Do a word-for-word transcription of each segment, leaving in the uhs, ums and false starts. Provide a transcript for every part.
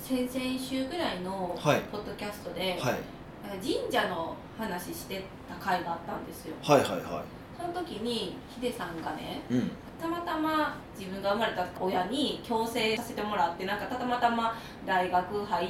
先々週ぐらいのはいポッドキャストで、 はいなんか神社の話してた回があったんですよ。 はいはいはその時にヒデさんがね、 いうんたまたま自分が生まれた親に矯正させてもらって、なんかたまたま大学入って、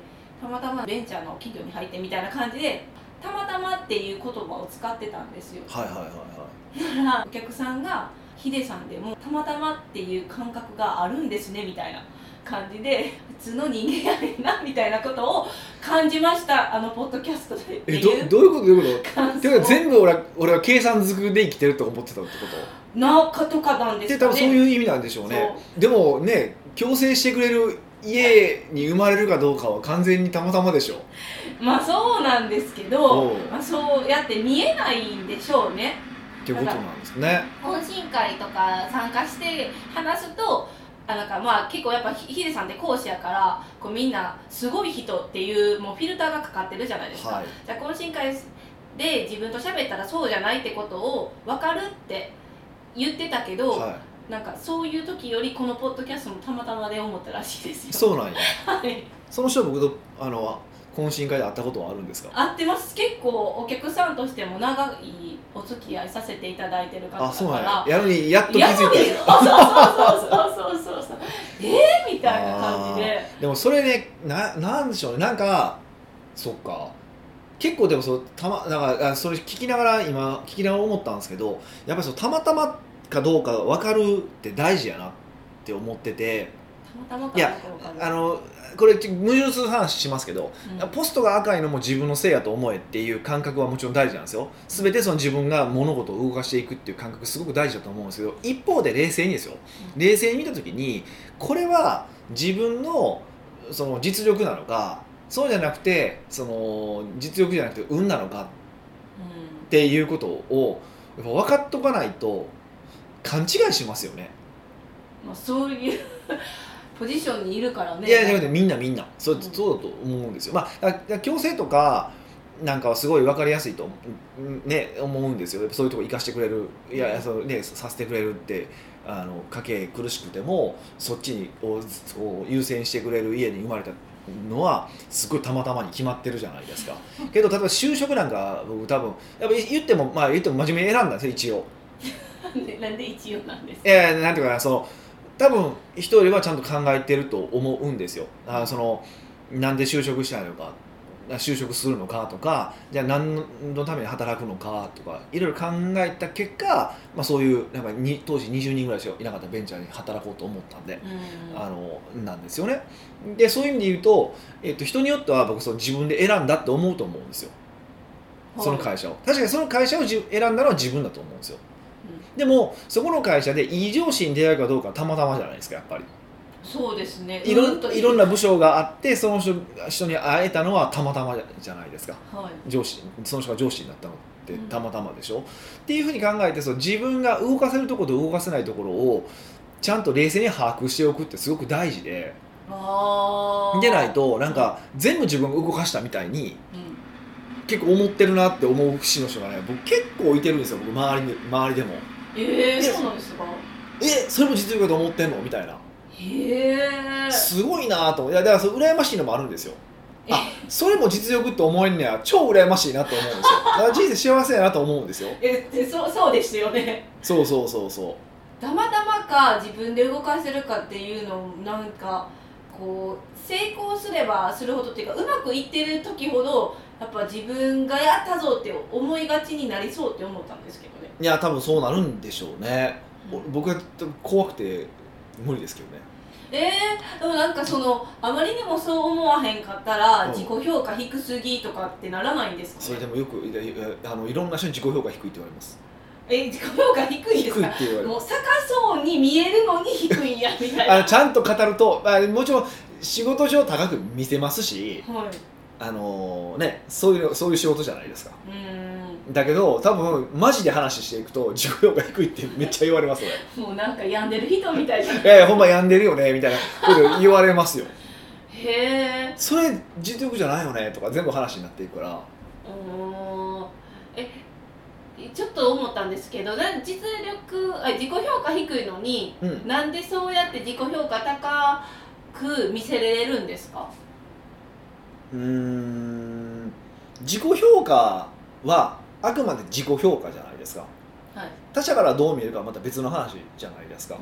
たまたまベンチャーの企業に入ってみたいな感じで、たまたまっていう言葉を使ってたんですよ。 はいはいはいはだからお客さんがヒデさんでもたまたまっていう感覚があるんですねみたいな感じで、普通の人間やねんなみたいなことを感じました、あのポッドキャストでってい。えいうどどういうことどういうこと感想ていうか全部俺は俺は計算づくで生きてると思ってたってことなかとかなんですかね。 で多分そういう意味なんでしょうね。でもね、矯正してくれる家に生まれるかどうかは完全にたまたまでしょ。 まあそうなんですけど、まあ、そうやって見えないんでしょうねっていうことなんですね。 懇親会とか参加して話すと、あなんかまあ結構やっぱヒデさんって講師やから、こうみんなすごい人っていうもうフィルターがかかってるじゃないですか、 はい、 じゃあ懇親会で自分と喋ったらそうじゃないってことを分かるって言ってたけど、 はい、 なんかそういう時よりこのポッドキャストもたまたまで思ったらしいですよ。 そうなんや。 はい、 その人は僕とあの懇親会で会ったことはあるんですか？ 会ってます。結構お客さんとしても長いお付き合いさせていただいてる方だから。 あ、そうなんや。やのにやっと気づいて。 そうそうそうそうそうそうえーみたいな感じで。 でもそれね、な、なんでしょうね、なんかそっか結構でもそうたまだからそれ聞きながら今聞きながら思ったんですけど、やっぱりそうたまたまかどうか分かるって大事やなって思ってて、 たまたまかいやあのこれ矛盾する話しますけど、うん、ポストが赤いのも自分のせいやと思えっていう感覚はもちろん大事なんですよ。全てその自分が物事を動かしていくっていう感覚すごく大事だと思うんですけど、一方で冷静にですよ、冷静に見た時にこれは自分のその実力なのか、そうじゃなくてその実力じゃなくて運なのかっていうことをやっぱ分かっとかないと勘違いしますよね。 まあ、そういうポジションにいるからね。 いやいやみんなみんなそう、うん、そうだと思うんですよ。まあ矯正とかなんかはすごい分かりやすいと、ね、思うんですよ。そういうとこ生かしてくれる、いや、うん、そう、ね、させてくれるってあの家計苦しくてもそっちにを優先してくれる家に生まれたのはすごいたまたまに決まってるじゃないですか。けど例えば就職なんか僕多分やっぱ言ってもまあ言っても真面目に選んだんですよ一応。 なんで一応なんですか？ えー、なんていうかな、その多分人よりはちゃんと考えてると思うんですよ。あそのなんで就職したいのか、就職するのかとか、じゃあ何のために働くのかとかいろいろ考えた結果、まあ、そういうなんかに当時にじゅうにんぐらいしかいなかったベンチャーに働こうと思ったんで、うん、あのなんですよね。でそういう意味で言うと、えっと、人によっては僕その自分で選んだって思うと思うんですよ、はい、その会社を。確かにその会社を選んだのは自分だと思うんですよ。でもそこの会社でいい上司に出会うかどうかはたまたまじゃないですか、やっぱり。 そうですね。 い ろ, いろんな部署があってその 人, 人に会えたのはたまたまじゃないですか、はい、上司その人が上司になったのってたまたまでしょ、うん、っていうふうに考えて、その自分が動かせるところと動かせないところをちゃんと冷静に把握しておくってすごく大事で、 あでないとなんか全部自分が動かしたみたいに、うん、結構思ってるなって思う節の人がね、僕結構いてるんですよ、僕周りに周りでも。 えー、そうなんですか。 えそれも実力だと思ってんのみたいな。 へーすごいなと。いやだからそれ羨ましいのもあるんですよ。あそれも実力って思えんねや、超羨ましいなと思うんですよ。だから人生幸せやなと思うんですよ。 えそそうですよね。 そうそうそうそう。 たまたまか自分で動かせるかっていうのをなんかこう成功すればするほどっていうか、うまくいってる時ほどやっぱ自分がやったぞって思いがちになりそうって思ったんですけどね。 いや多分そうなるんでしょうね、うん、僕は怖くて無理ですけどね。 えー、でもなんかそのあまりにもそう思わへんかったら、うん、自己評価低すぎとかってならないんですかね。 それでもよく い, あのいろんな人に自己評価低いって言われます。 え自己評価低いですか。 低いって言われる。 もう逆そうに見えるのに低いんやみたいなあのちゃんと語ると、あもちろん仕事上高く見せますし、はい、あのね、そういうそういう仕事じゃないですか。うんだけど多分マジで話していくと自己評価低いってめっちゃ言われますよ。 もうなんか病んでる人みたいじゃない。 いやいやほんま病んでるよねみたいなこと言われますよ。 へえ。それ実力じゃないよねとか全部話になっていくから。 おえちょっと思ったんですけど、実力あ自己評価低いのに、うん、なんでそうやって自己評価高く見せれるんですか？ うーん自己評価はあくまで自己評価じゃないですか。 はい、 他者からどう見えるかはまた別の話じゃないですか、 うん、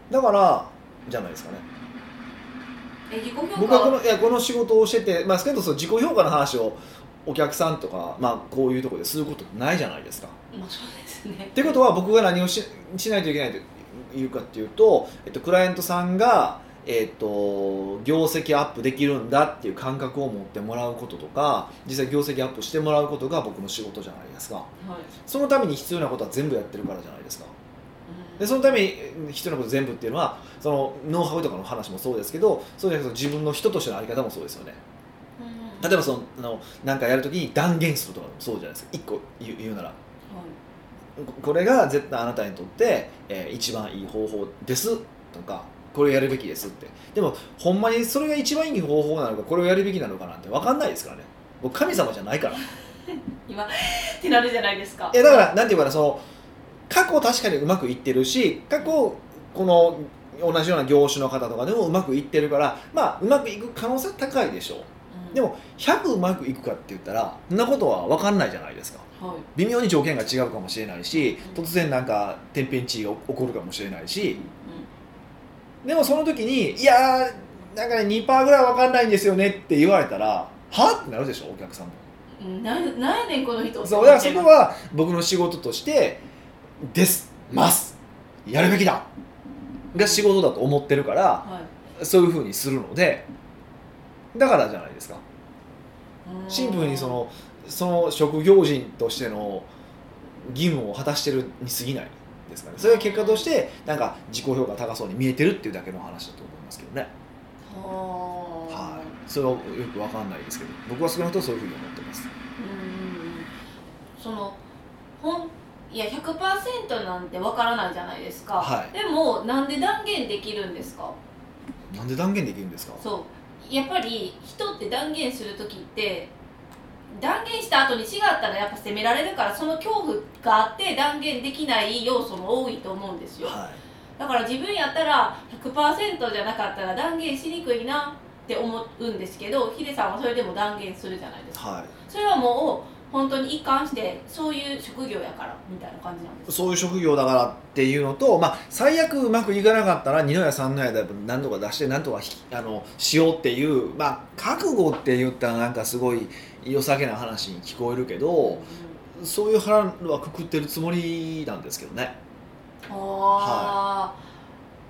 だからじゃないですかね。 え自己評価僕はこのいやこの仕事をしてて、まあ、少なくとも自己評価の話をお客さんとか、まあ、こういうところですることないじゃないですか。 まあそうですね。 っていうことは僕が何を し, しないといけないというかっていうと、えっと、クライアントさんが、えっと、業績アップできるんだっていう感覚を持ってもらうこととか、実際業績アップしてもらうことが僕の仕事じゃないですか、 はい、 そのために必要なことは全部やってるからじゃないですか。 うん、 でそのために必要なこと全部っていうのはそのノウハウとかの話もそうですけど、そうじゃなくて自分の人としての在り方もそうですよね。 うん、 例えばそのあのなんかやるときに断言するとかもそうじゃないですか。いっこ言う言うなら、 はい、 これが絶対あなたにとって、えー、一番いい方法ですとか、これをやるべきですって。でもほんまにそれが一番いい方法なのか、これをやるべきなのかなんて分かんないですからね。僕神様じゃないから今ってなるじゃないですか。 えだからなんていうかな、その過去確かにうまくいってるし、過去この同じような業種の方とかでもうまくいってるから、まあうまくいく可能性は高いでしょう、うん、でもひゃくうまくいくかって言ったらそんなことは分かんないじゃないですか、はい、微妙に条件が違うかもしれないし、うん、突然なんか天変地異が起こるかもしれないし、うん、でもその時にいやーなんかね にパーセント ぐらい分かんないんですよねって言われたらはってなるでしょ、お客さんも。 ななんやねんこの人。 そうだからそこは僕の仕事としてですますやるべきだが仕事だと思ってるから、はい、そういうふうにするので、だからじゃないですか。シンプルにそのその職業人としての義務を果たしてるに過ぎないですかね。それが結果としてなんか自己評価高そうに見えてるっていうだけの話だと思いますけどね。はい、それはよく分かんないですけど、僕は少なくともそういうふうに思ってます。 うん、そのほんいや ひゃくパーセント なんてわからないじゃないですか、 はい、 でもなんで断言できるんですか？ なんで断言できるんですか？ そうやっぱり人って断言するときって断言した後に違ったらやっぱ責められるから、その恐怖があって断言できない要素も多いと思うんですよ、はい、だから自分やったら ひゃくパーセント じゃなかったら断言しにくいなって思うんですけど、ヒデさんはそれでも断言するじゃないですか、はい、それはもう本当に一貫してそういう職業やからみたいな感じなんですか？ そういう職業だからっていうのと、まあ、最悪うまくいかなかったら二の矢三の矢で何とか出して何とかあのしようっていう、まあ、覚悟って言ったらなんかすごい良さげな話に聞こえるけど、うん、そういう腹はくくってるつもりなんですけどね。 ああ、はい、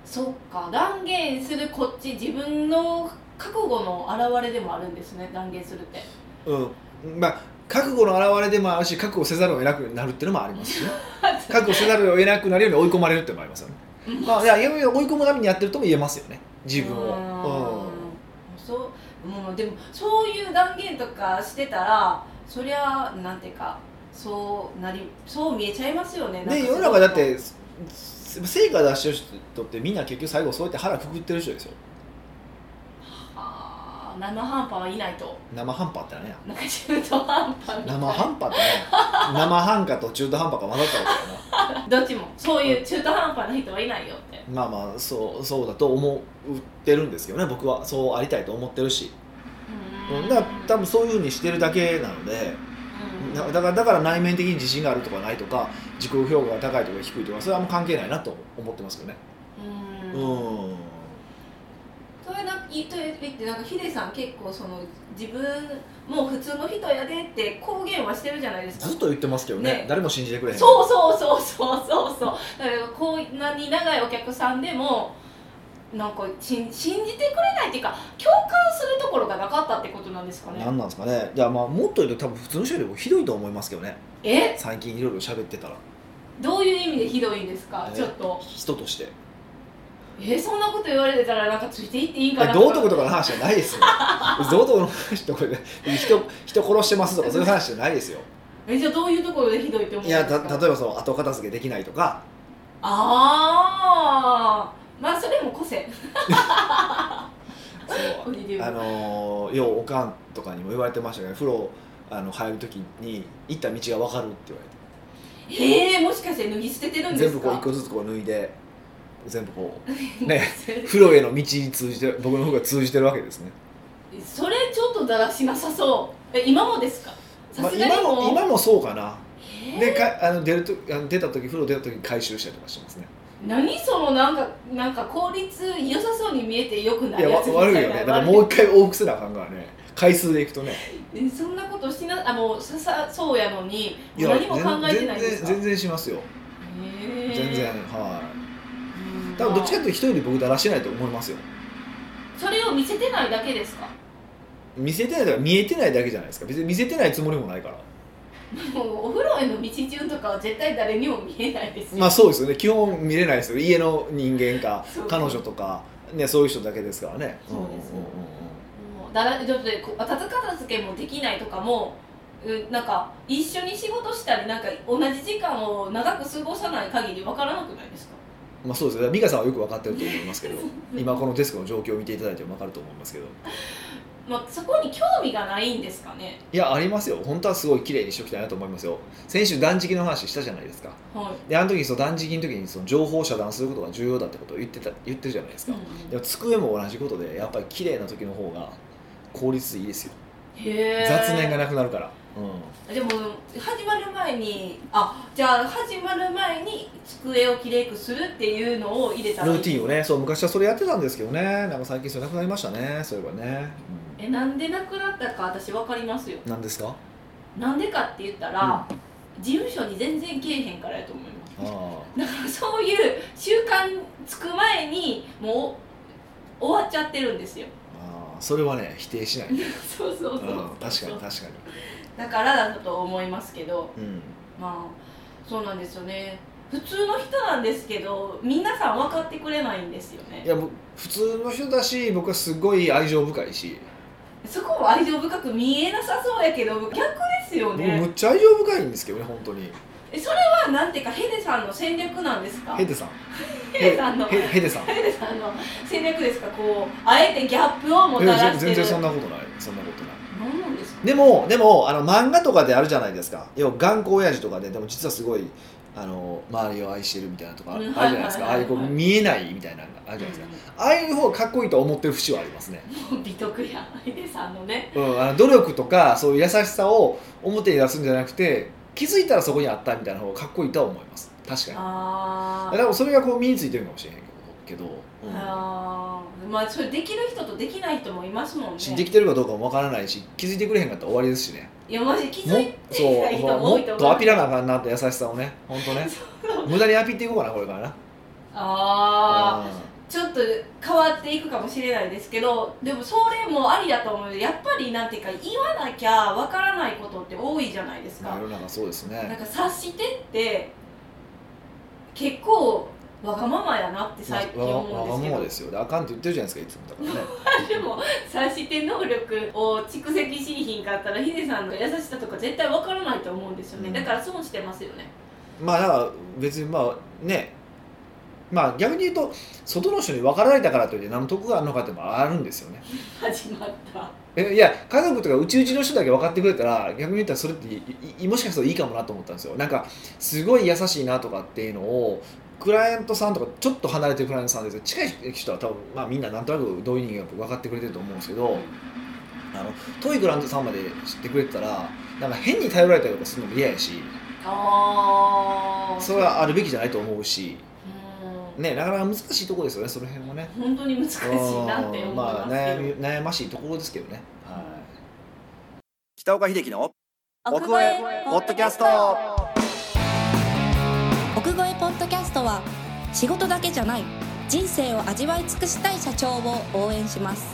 そっか、断言するこっち自分の覚悟の表れでもあるんですね、断言するって。 うん、まあ覚悟の表れでもあるし、覚悟せざるを得なくなるっていうのもありますし、ね、覚悟せざるを得なくなるように追い込まれるっていうのもありますよね。まあ、いや追い込むためにやってるとも言えますよね、自分を。うん、 そう、もうでもそういう断言とかしてたら、そりゃなんていうかそうなりそう見えちゃいますよね。 で世の中だって成果出してる人ってみんな結局最後そうやって腹くくってる人ですよ。 生半端はいないと。 生半端って何や。 なんか中途半端みたいな。 生半端ってね生半可と中途半端が混ざったわけやな。 どっちもそういう中途半端な人はいないよって。 まあまあそうそうだと思ってるんですけどね、僕はそうありたいと思ってるし、うん、だから多分そういうふうにしてるだけなので、だからだから内面的に自信があるとかないとか自己評価が高いとか低いとかそれはもう関係ないなと思ってますけどね。うん。うんそれな言ってなんかヒデさん結構その自分もう普通の人やでって公言はしてるじゃないですか。 ずっと言ってますけど ね, ね誰も信じてくれへん。 そうそうそうそうそうそう。だからこんなに長いお客さんでもなんか信じてくれないっていうか共感するところがなかったってことなんですかね。 なんなんですかね。いやまあもっと言うと多分普通の人よりもひどいと思いますけどね。 え最近いろいろ喋ってたら。どういう意味でひどいんですか。ちょっと人として。 えー、そんなこと言われてたらなんかついていっていいんかな。 道徳とかの話じゃないですよ。道徳の話とかで 人, 人殺してますとかそういう話じゃないですよ。 えじゃあどういうところでひどいって思うんですか。 いやた例えばその後片付けできないとか。 ああまあそれも個性。 そうあのようおかんとかにも言われてましたけど、風呂あの入る時に行った道が分かるって言われて。 えー、もしかして脱ぎ捨ててるんですか。 全部こう一個ずつこう脱いで。 全部こうね風呂への道に通じて僕の方が通じてるわけですね。 それちょっとだらしなさそう。え今もですか？さすがにも、 まあ、今も今もそうかな。 えー、 でかあの出るとあの出た時風呂出た時に回収したりとかしてますね。 何そのなんかなんか効率良さそうに見えてよくないいややつみたいな。 悪いよね。だからもう一回往復せなあかんからね。回数でいくとね。 えそんなことしなあもうささそうやのに何も考えてないんですか？ 全然全然しますよ。 へー全然はい。多分どっちかというと一人で僕だらしてないと思いますよ。 それを見せてないだけですか？ 見せてないとか見えてないだけじゃないですか。別に見せてないつもりもないから。 もうお風呂への道順とかは絶対誰にも見えないですよ。 まあそうですよね。基本見れないですよ。家の人間かそう彼女とかねそういう人だけですからね。 そうですよ。 んんんんもうだらちょっとでこう片付けもできないとかもうなんか一緒に仕事したりなんか同じ時間を長く過ごさない限りわからなくないですか？ まあそうですね。美香さんはよく分かってると思いますけど今このデスクの状況を見ていただいても分かると思いますけど、 まあ、そこに興味がないんですかね。 いやありますよ。本当はすごい綺麗にしておきたいなと思いますよ。先週断食の話したじゃないですか。 はい、 であの時にその断食の時にその情報を遮断することが重要だってことを言ってた言ってるじゃないですか、 うん、 でも机も同じことでやっぱり綺麗な時の方が効率いいですよ。 へ雑念がなくなるから、 うん、でも始まる前にあじゃあ始まる前に机をきれいくするっていうのを入れたらいいルーティンをね。そう昔はそれやってたんですけどね。なんか最近それなくなりましたね。そういえばね、 うん、えなんでなくなったか私分かりますよ。 何ですか？ なんでかって言ったら、うん、事務所に全然来えへんからやと思います。 あだからそういう習慣つく前にもう終わっちゃってるんですよ。 あそれはね否定しないそうそうそうそう、 うん、確かに確かにだからだと思いますけど、 うん、 まあそうなんですよね。普通の人なんですけど皆さん分かってくれないんですよね。 いや普通の人だし僕はすごい愛情深いし、 そこも愛情深く見えなさそうやけど逆ですよね。 僕むっちゃ愛情深いんですけどね本当に。 えそれはなんていうかヘデさんの戦略なんですか？ ヘデさんヘデさんのヘヘデさんヘデさんの戦略ですか？こうあえてギャップをもたらしてる。 全然そんなことないそんなことない。 何なんですか？ でもでもあの漫画とかであるじゃないですか。要は頑固親父とかででも実はすごいあの周りを愛してるみたいなとかあるじゃないですか。ああいうこう見えないみたいなのがあるじゃないですか、うん、ああいう方がかっこいいと思ってる節はありますね。 もう美徳やヘデさんのね、 うん、あの努力とかそういう優しさを表に出すんじゃなくて気づいたらそこにあったみたいな方がかっこいいとは思います。確かに。あでもそれがこう身についてるかもしれへんけど、うん、 あまあそれできる人とできない人もいますもんね。 できてるかどうかもわからないし気づいてくれへんかったら終わりですしね。 いやマジ気づいてない人もも多いと思う。 もっとアピらなあかんなって優しさをね本当ね無駄にアピっていこうかなこれからな。 ああちょっと変わっていくかもしれないですけどでもそれもありだと思うのでやっぱりなんていうか言わなきゃわからないことって多いじゃないですか。 世の中そうですね。 なんか察してって結構わがままやなって最近思うんですけど、 わがままですよ。であかんって言ってるじゃないですかいつもだからねでも察して能力を蓄積しひんかったらヒデさんの優しさとか絶対わからないと思うんですよね、うん、だから損してますよね。 まあだから別にまあねまあ逆に言うと外の人に分かられたからといって何の得があるのかってもあるんですよね始まったえいや家族とかうちうちの人だけ分かってくれたら逆に言ったらそれってもしかするといいかもなと思ったんですよ。なんかすごい優しいなとかっていうのをクライアントさんとかちょっと離れてるクライアントさんです近い人は多分、まあ、みんななんとなくどういう人間か分かってくれてると思うんですけどあの遠いクライアントさんまで知ってくれてたらなんか変に頼られたりとかするのも嫌やしあそれはあるべきじゃないと思うしね、なかなか難しいところですよね、その辺もね。 本当に難しいなって思いますけど、まあ、 悩み悩ましいところですけどね。はい、 北岡秀樹の奥越えポッドキャスト。 奥越えポッドキャストは仕事だけじゃない人生を味わい尽くしたい社長を応援します。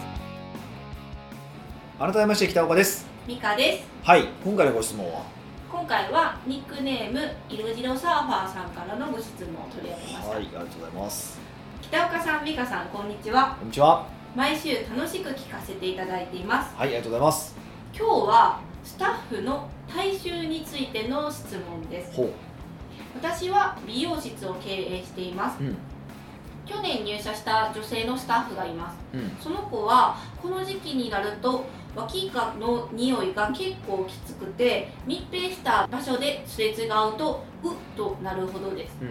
改めまして北岡です。 美香です。 はい、今回のご質問は今回はニックネームいろじろサーファーさんからのご質問を取り上げました。 はい、ありがとうございます。 北岡さん、美香さん、こんにちは。 こんにちは。 毎週楽しく聞かせていただいています。 はい、ありがとうございます。 今日はスタッフの体臭についての質問です。 ほう。 私は美容室を経営しています、うん、去年入社した女性のスタッフがいます、うん、その子はこの時期になると脇がの匂いが結構きつくて密閉した場所ですれ違うとうっとなるほどです、うん、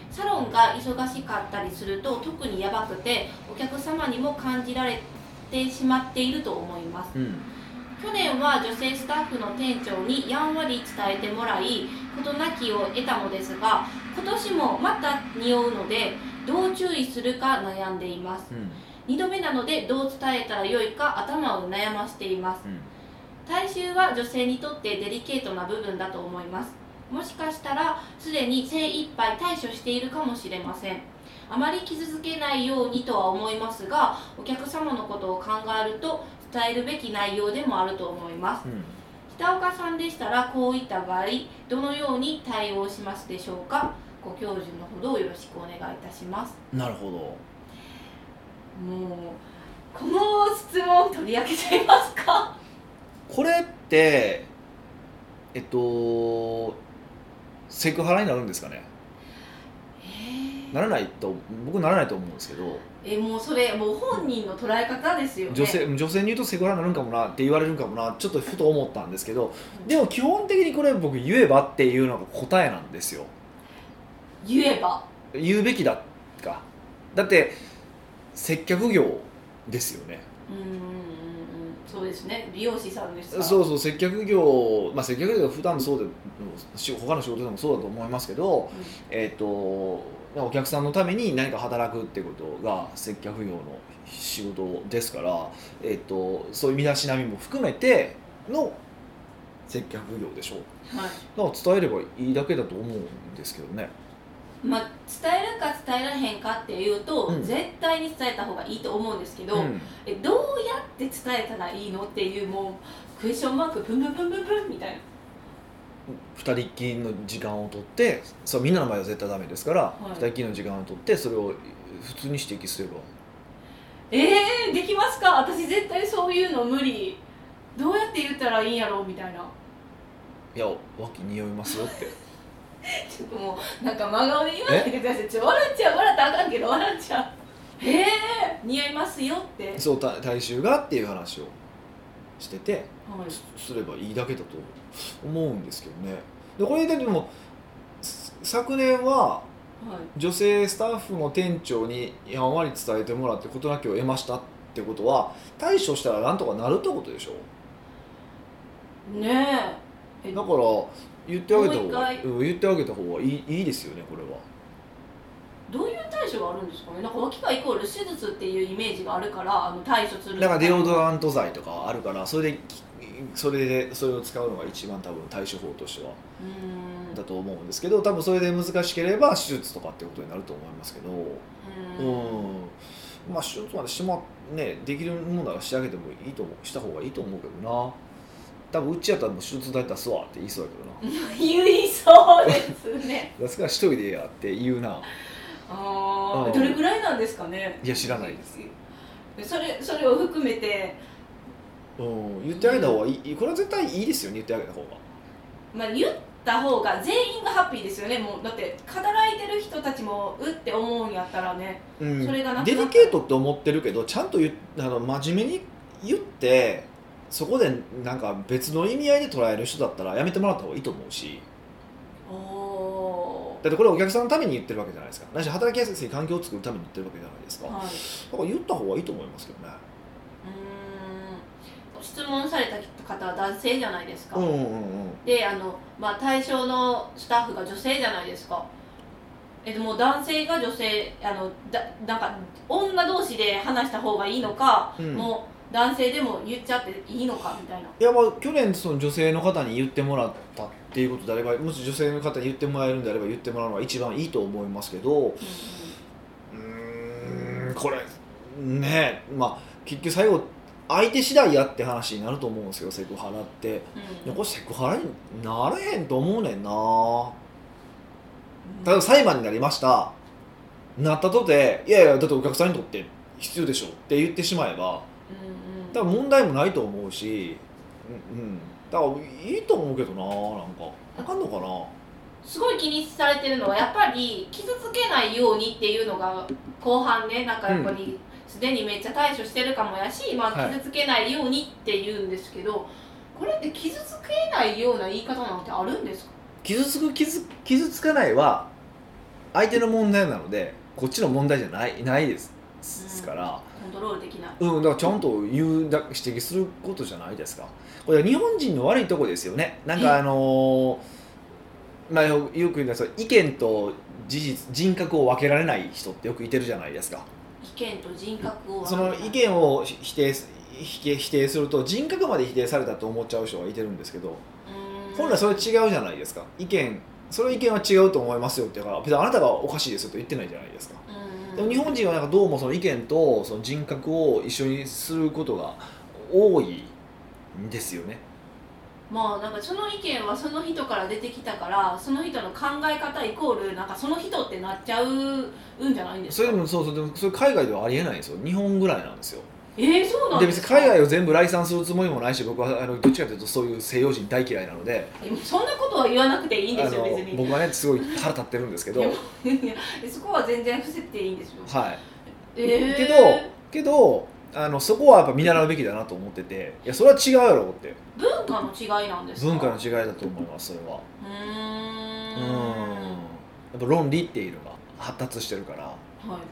サロンが忙しかったりすると特にやばくて、お客様にも感じられてしまっていると思います。 うん去年は女性スタッフの店長にやんわり伝えてもらい事なきを得たのですが、今年もまた匂うのでどう注意するか悩んでいます。 うんにどめなのでどう伝えたらよいか頭を悩ましています。 うん体臭は女性にとってデリケートな部分だと思います。もしかしたらすでに精一杯対処しているかもしれません。あまり傷つけないようにとは思いますが、お客様のことを考えると伝えるべき内容でもあると思います。 うん北岡さんでしたらこういった場合どのように対応しますでしょうか。ご教授のほどよろしくお願いいたします。 なるほど。 もうこの質問取り上げちゃいますか。 これってえっとセクハラになるんですかね。 えー、 ならないと僕ならないと思うんですけど、 えもうそれもう本人の捉え方ですよね。 女性女性に言うとセクハラになるんかもなって言われるんかもなちょっとふと思ったんですけど、でも基本的にこれ僕言えばっていうのが答えなんですよ。 言えば言うべきだか。だって接客業ですよね。 うんうんうんうんそうですね。美容師さんですか。 そうそう接客業、まあ、接客業は普段そうでし他の仕事でもそうだと思いますけど、 うんえー、とお客さんのために何か働くってことが接客業の仕事ですから、えー、とそういう身だしなみも含めての接客業でしょ。 はい、 だから伝えればいいだけだと思うんですけどね。 まあ、伝えるか伝えられへんかっていうと、 うん絶対に伝えた方がいいと思うんですけど、 うんえどうやって伝えたらいいのっていうもうクエスチョンマークブンブンブンブンブンみたいな。 ふたりっきりの時間を取ってそうみんなの前は絶対ダメですから、 はいふたりっきりの時間を取ってそれを普通に指摘すれば。 えー、できますか。私絶対そういうの無理。どうやって言ったらいいんやろうみたいな。 いや脇匂いますよってちょっともうなんか真顔で言わないでください。ちょ笑っちゃう笑ったらあかんけど笑っちゃう。えー、似合いますよって。 そうた体臭がっていう話をしててはいすればいいだけだと思うんですけどね。でこれでも昨年ははい女性スタッフの店長にやんわり伝えてもらって事なきを得ましたってことは対処したらなんとかなるってことでしょ。 ねえ。えだから言ってあげた方がもう一回うん言ってあげた方がいい、いいですよねこれは。 どういう対処があるんですかね。なんか脇がイコール手術っていうイメージがあるからあの対処する。 だからデオドラント剤とかあるからそれでそれでそれを使うのが一番多分対処法としてはうーんだと思うんですけど、多分それで難しければ手術とかってことになると思いますけど、 ううんーんまあ手術までしてもねできるものならしてあげてもいいと思うした方がいいと思うけどな。多分うちやったらもう手術代出すわって言いそうやけどな。 言いそうですね。 出すからしといてやって言うな。 ああ、 うんどれぐらいなんですかね。 いや知らないです。 それそれを含めて、 うん言ってあげた方がいい。これは絶対いいですよね言ってあげた方が。 まあ言った方が全員がハッピーですよね。もうだって働いてる人たちもうって思うんやったらね。 うんそれがなくなったデリケートって思ってるけどちゃんと言あの真面目に言ってそこでなんか別の意味合いで捉える人だったらやめてもらった方がいいと思うし。 おおだってこれお客さんのために言ってるわけじゃないですか。ないし働きやすい環境を作るために言ってるわけじゃないですか。 ー。はい。 だから言った方がいいと思いますけどね。 うーん。質問された方は男性じゃないですか。 うんうんうんであの、まあ、対象のスタッフが女性じゃないですか。えでも男性が女性あのだなんか女同士で話した方がいいのか、 うんもう男性でも言っちゃっていいのかみたいな。 いやまあ去年その女性の方に言ってもらったっていうことであればもし女性の方に言ってもらえるんであれば言ってもらうのが一番いいと思いますけど、 うんうーんこれねまあ結局最後相手次第やって話になると思うんですよセクハラって。 うんいやこれセクハラになれへんと思うねんな。例えば裁判になりましたなったとていやいやだってお客さんにとって必要でしょって言ってしまえばうんうん多分問題もないと思うし、うんうん、だからいいと思うけどな。なんかあかんのかな。 すごい気にされてるのはやっぱり傷つけないようにっていうのが後半ねなんかやっぱりすでにめっちゃ対処してるかもやし、まあ、 はい傷つけないようにって言うんですけど、これって傷つけないような言い方なんてあるんですか。 傷つく傷傷つかないは相手の問題なのでこっちの問題じゃないないですですから、 コントロールできない、 うん、だからちゃんと言うだ指摘することじゃないですか。これ日本人の悪いとこですよね。なんかあのー、まあ、よく言うのは意見と事実人格を分けられない人ってよくいてるじゃないですか。 意見と人格をその意見を否定否定否定すると人格まで否定されたと思っちゃう人がいてるんですけど、本来それ違うじゃないですか。意見その意見は違うと思いますよって言うから、別にあなたがおかしいですよと言ってないじゃないですか。でも日本人はなんかどうもその意見とその人格を一緒にすることが多いんですよね。 まあなんかその意見はその人から出てきたから、その人の考え方イコールなんかその人ってなっちゃうんじゃないんですか。 それでもそうそう、でもそれ海外ではありえないんですよ。日本ぐらいなんですよ。 えー、そうなんでですか。 別に海外を全部来賛するつもりもないし、僕はあのどっちかというとそういう西洋人大嫌いなので、 そんなことは言わなくていいんですよ別に。 僕はねすごい腹立ってるんですけど、 いやそこは全然伏せていいんですよ。 はい、 えー、 けどけどあのそこはやっぱ見習うべきだなと思ってて、いやそれは違うやろって。 文化の違いなんですか。 文化の違いだと思います。それはうーんうんやっぱ論理っていうのが発達してるから、 はい、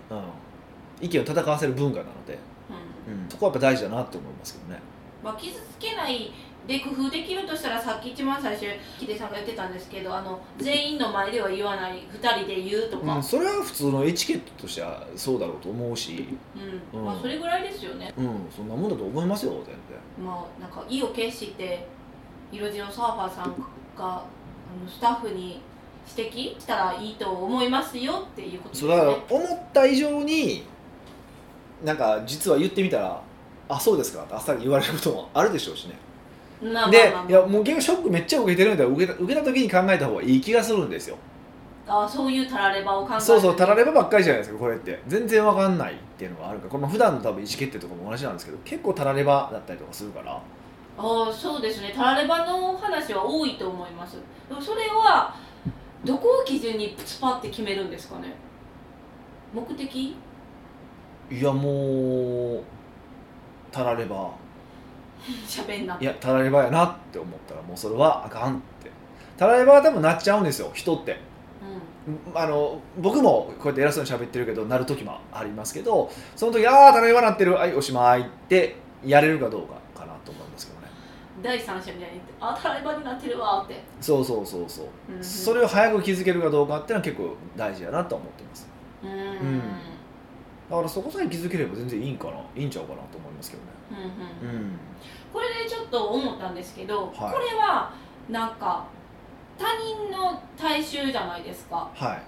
うん、意見を戦わせる文化なので、 うんうん、そこはやっぱ大事だなと思いますけどね。 まあ、傷つけないで工夫できるとしたら、さっき一番最初ヒデさんが言ってたんですけど、あの全員の前では言わない、ふたりで言うとか、 うん、それは普通のエチケットとしてはそうだろうと思うし、 うんうんまあ、それぐらいですよね。 うん、そんなもんだと思いますよ全然。 まあ、なんか意を決して色白サーファーさんがあのスタッフに指摘したらいいと思いますよっていうことですね。 そうだから思った以上になんか実は言ってみたら、あそうですかってあっさり言われることもあるでしょうしね。 まあまあまあでまあ、 いやもう結構ショックめっちゃ受けてるんだら受けた受けた時に考えた方がいい気がするんですよ。 あそういうたらればを考えて、 そうそう、たらればばっかりじゃないですかこれって。全然わかんないっていうのがあるから、これも普段の多分意思決定とかも同じなんですけど、結構たらればだったりとかするから。 あそうですね、たらればの話は多いと思います。でもそれはどこを基準にプツパって決めるんですかね。目的？ いやもうたられば喋んな。 いやたらればやなって思ったらもうそれはあかんって。たらればは多分なっちゃうんですよ人って。あの僕もこうやって偉そうに喋ってるけどなる時もありますけど、その時ああたらればなってる、はいおしまいってやれるかどうかかなと思うんですけどね。 第三者みたいに言ってあたらればになってるわって。 そうそうそうそう、 うんうん、 それを早く気づけるかどうかっていうのは結構大事だなと思ってます。 うん、 うん、だからそこさえ気づければ全然いいんかないいんちゃうかなと思いますけどね。 うんうんうん、 これでちょっと思ったんですけど、 はい、 これはなんか他人の大衆じゃないですか。 はい、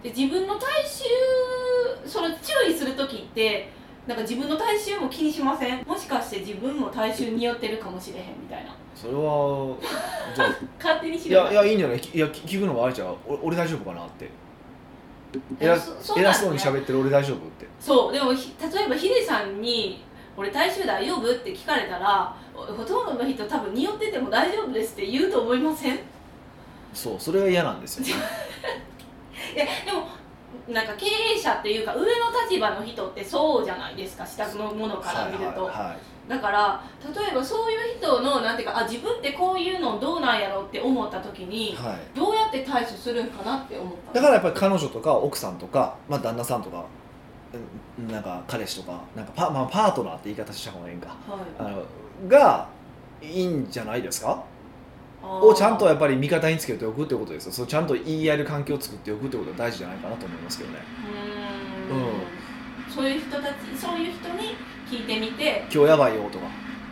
で自分の大衆その注意する時ってなんか自分の大衆も気にしません？もしかして自分も大衆によってるかもしれへんみたいな。 それはじゃあ勝手に知いやいやいいんじゃない。いや聞くのもあれじゃん、俺俺大丈夫かなって偉そそ偉そうに喋ってる俺大丈夫って。 そうでも例えばヒデさんに俺大衆大丈夫って聞かれたらほとんどの人多分匂ってても大丈夫ですって言うと思いません？ そうそれが嫌なんですよ。 いやでもなんか経営者っていうか上の立場の人ってそうじゃないですか、下のものから見ると、 はいはいはい、 だから例えばそういう人のなんていうかあ自分ってこういうのどうなんやろうって思った時に、 はい、 どうやって対処するんかなって思った。 だからやっぱり彼女とか奥さんとか、まあ、旦那さんとかなんか彼氏とかなんか パ,、まあ、パートナーって言い方した方がいいんか、 はい、 あのがいいんじゃないですか。をちゃんとやっぱり味方につけておくってことですよ。そうちゃんと言い合える環境を作っておくってことが大事じゃないかなと思いますけどね。 うーん、 うん、 そういう人たちそういう人に聞いてみて今日やばいよとか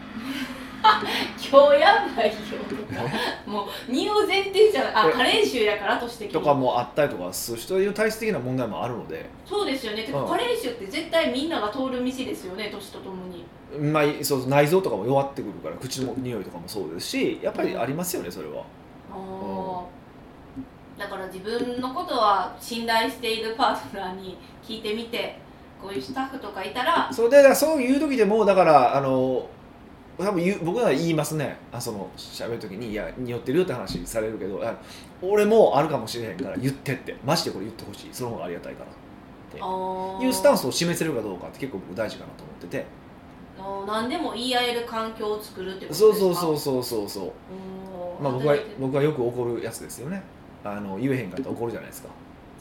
今日やばいよとかもう匂う前提じゃないあ加齢臭やからとしてとかもあったりとかする人という体質的な問題もあるので。 そうですよね。てか、 うん、 加齢臭って絶対みんなが通る道ですよね年とともに。 まあ、そう内臓とかも弱ってくるから口の匂いとかもそうですしやっぱりありますよねそれは。 あだから自分のことは信頼しているパートナーに聞いてみてこういうスタッフとかいたらそれでそういう時でもだからあの多分言う僕なら言いますね。あその喋る時にいや匂ってるよって話されるけど俺もあるかもしれへんから言ってってマジでこれ言ってほしいその方がありがたいからっていうスタンスを示せるかどうかって結構僕大事かなと思ってて。 何でも言い合える環境を作るってことですか。 そうそうそうそうそうそうまあ僕は僕はよく怒るやつですよね。あの言えへんかったら怒るじゃないですか。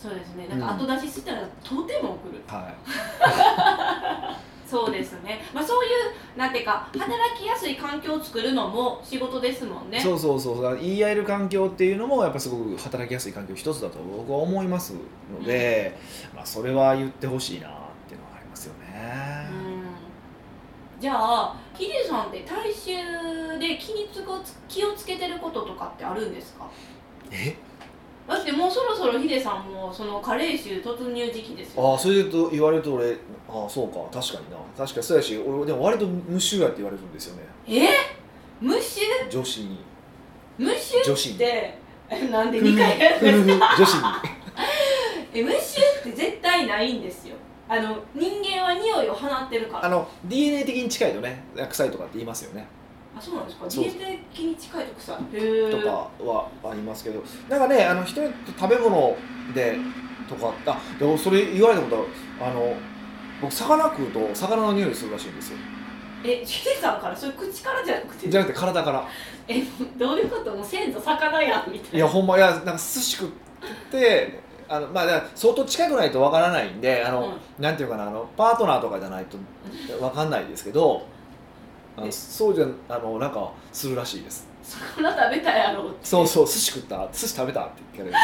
そうですね、なんか後出ししたらとても送る、 はいそうですね、まあ、そういうなんていうか働きやすい環境を作るのも仕事ですもんね。 そうそうそう、だから言い合える環境っていうのもやっぱすごく働きやすい環境一つだと僕は思いますので、うん、まあ、それは言ってほしいなっていうのはありますよね。 うん、じゃあヒデさんって体臭で気につこ気をつけてることとかってあるんですか？ えだってもうそろそろヒデさんもその加齢臭突入時期ですよ、ね、 ああ、それと言われると俺、ああそうか、確かにな、確かにそうやし、俺でも割と無臭やって言われるんですよね。 え無臭？ 女子に無臭女子にってなんでにかいやるんですか？ 女子にえ無臭って絶対ないんですよ。あの人間は匂いを放ってるから。 あの ディーエヌエー 的に近いとね、臭いとかって言いますよね。 あ、そうなんですか。 そうディーエヌエー 的に近いと臭いへとかはありますけど、なんかね、あの人によって食べ物でとか、あ、でもそれ言われたことある、あの僕魚食うと魚の匂いするらしいんですよ。 え、ヒデさんからそれ口からじゃなくてじゃなくて体から。 え、どういうこと？もう先祖魚やんみたいな。 いやほんま、いやなんか寿司食ってあの、まあ、だから相当近くないとわからないんで、あの、うん、なんていうかな、あのパートナーとかじゃないとわかんないですけど、あのそうじゃあのなんかするらしいです。 魚食べたやろって。 そうそう、寿司食った、寿司食べたって聞かれるんです。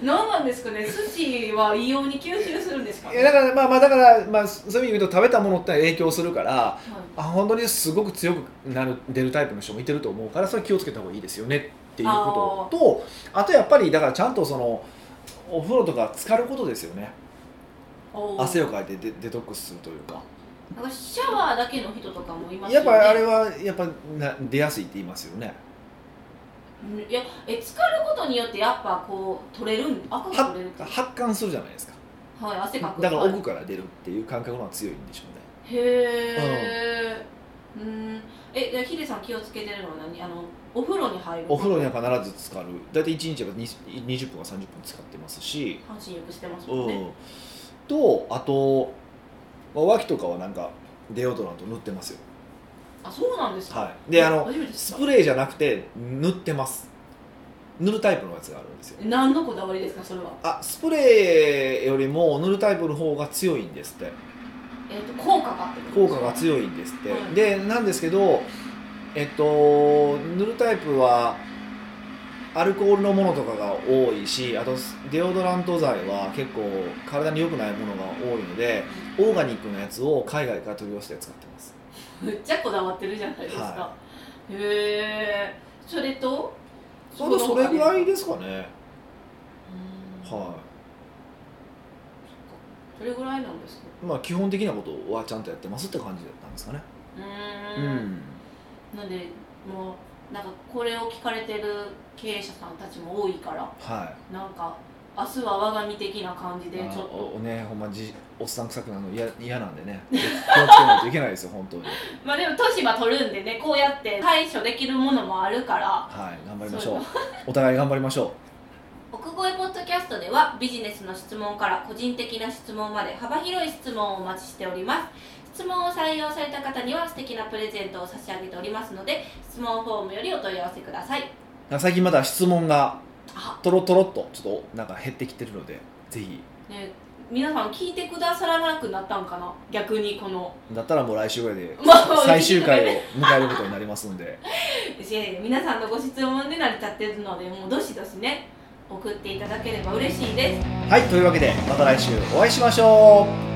何なんですかね、寿司は異様に吸収するんですかね。 いやだからまあまあだからまあそういう意味で言うと食べたものって影響するから、はい、あ本当にすごく強くなる出るタイプの人もいてると思うから、それ気をつけた方がいいですよねっていうことと、あとやっぱりだからちゃんとそのお風呂とか浸かることですよね。汗をかいて デ, デトックスするというか。 なんかシャワーだけの人とかもいますよね。やっぱあれはやっぱな出やすいって言いますよね。 いやえ浸かることによってやっぱこう取れるん赤が取れる発汗するじゃないですか。 はい、汗かく。 だから奥から出るっていう感覚の方が強いんでしょうね。へえ。うん。え、じゃあヒデさん気をつけてるのは何？あのお風呂に入る。 お風呂には必ず浸かる。だいたいいちにちはにじゅっぷんかさんじゅっぷん使ってますし。 半身浴してますもんね。うん、 とあと、まあ、脇とかはなんかデオドラント塗ってますよ。 あ、そうなんですか。 はい。で、あのスプレーじゃなくて塗ってます。塗るタイプのやつがあるんですよ。 何のこだわりですかそれは？ あ、スプレーよりも塗るタイプの方が強いんですって。 えっと効果がってことですか？ 効果が強いんですって。はい、でなんですけど、えっと塗るタイプはアルコールのものとかが多いし、あとデオドラント剤は結構体に良くないものが多いので、オーガニックなやつを海外から取り寄せて使ってます。 めっちゃこだわってるじゃないですか。はい、へえ。それとそれそれぐらいですかね。はい。 それぐらいなんですか。 まあ基本的なことはちゃんとやってますって感じだったんですかね。 うん。うん。なんでもうなんかこれを聞かれてる経営者さんたちも多いから、 はい。 なんか明日は我が身的な感じでちょっとおねほんまじおっさん臭くなるの嫌嫌なんでね気をつけないといけないですよ本当に。 まあでも年は取るんでね、こうやって対処できるものもあるから、 はい頑張りましょう。お互い頑張りましょう。 奥越ポッドキャストではビジネスの質問から個人的な質問まで幅広い質問をお待ちしております。質問を採用された方には素敵なプレゼントを差し上げておりますので、質問フォームよりお問い合わせください。 最近まだ質問がトロトロっとちょっとなんか減ってきてるので、ぜひ、 ね、皆さん聞いてくださらなくなったんかな。逆にこのだったらもう来週ぐらいで最終回を迎えることになりますので皆さんのご質問で成り立っているので、もうどしどしね送っていただければ嬉しいです。 はい、というわけでまた来週お会いしましょう。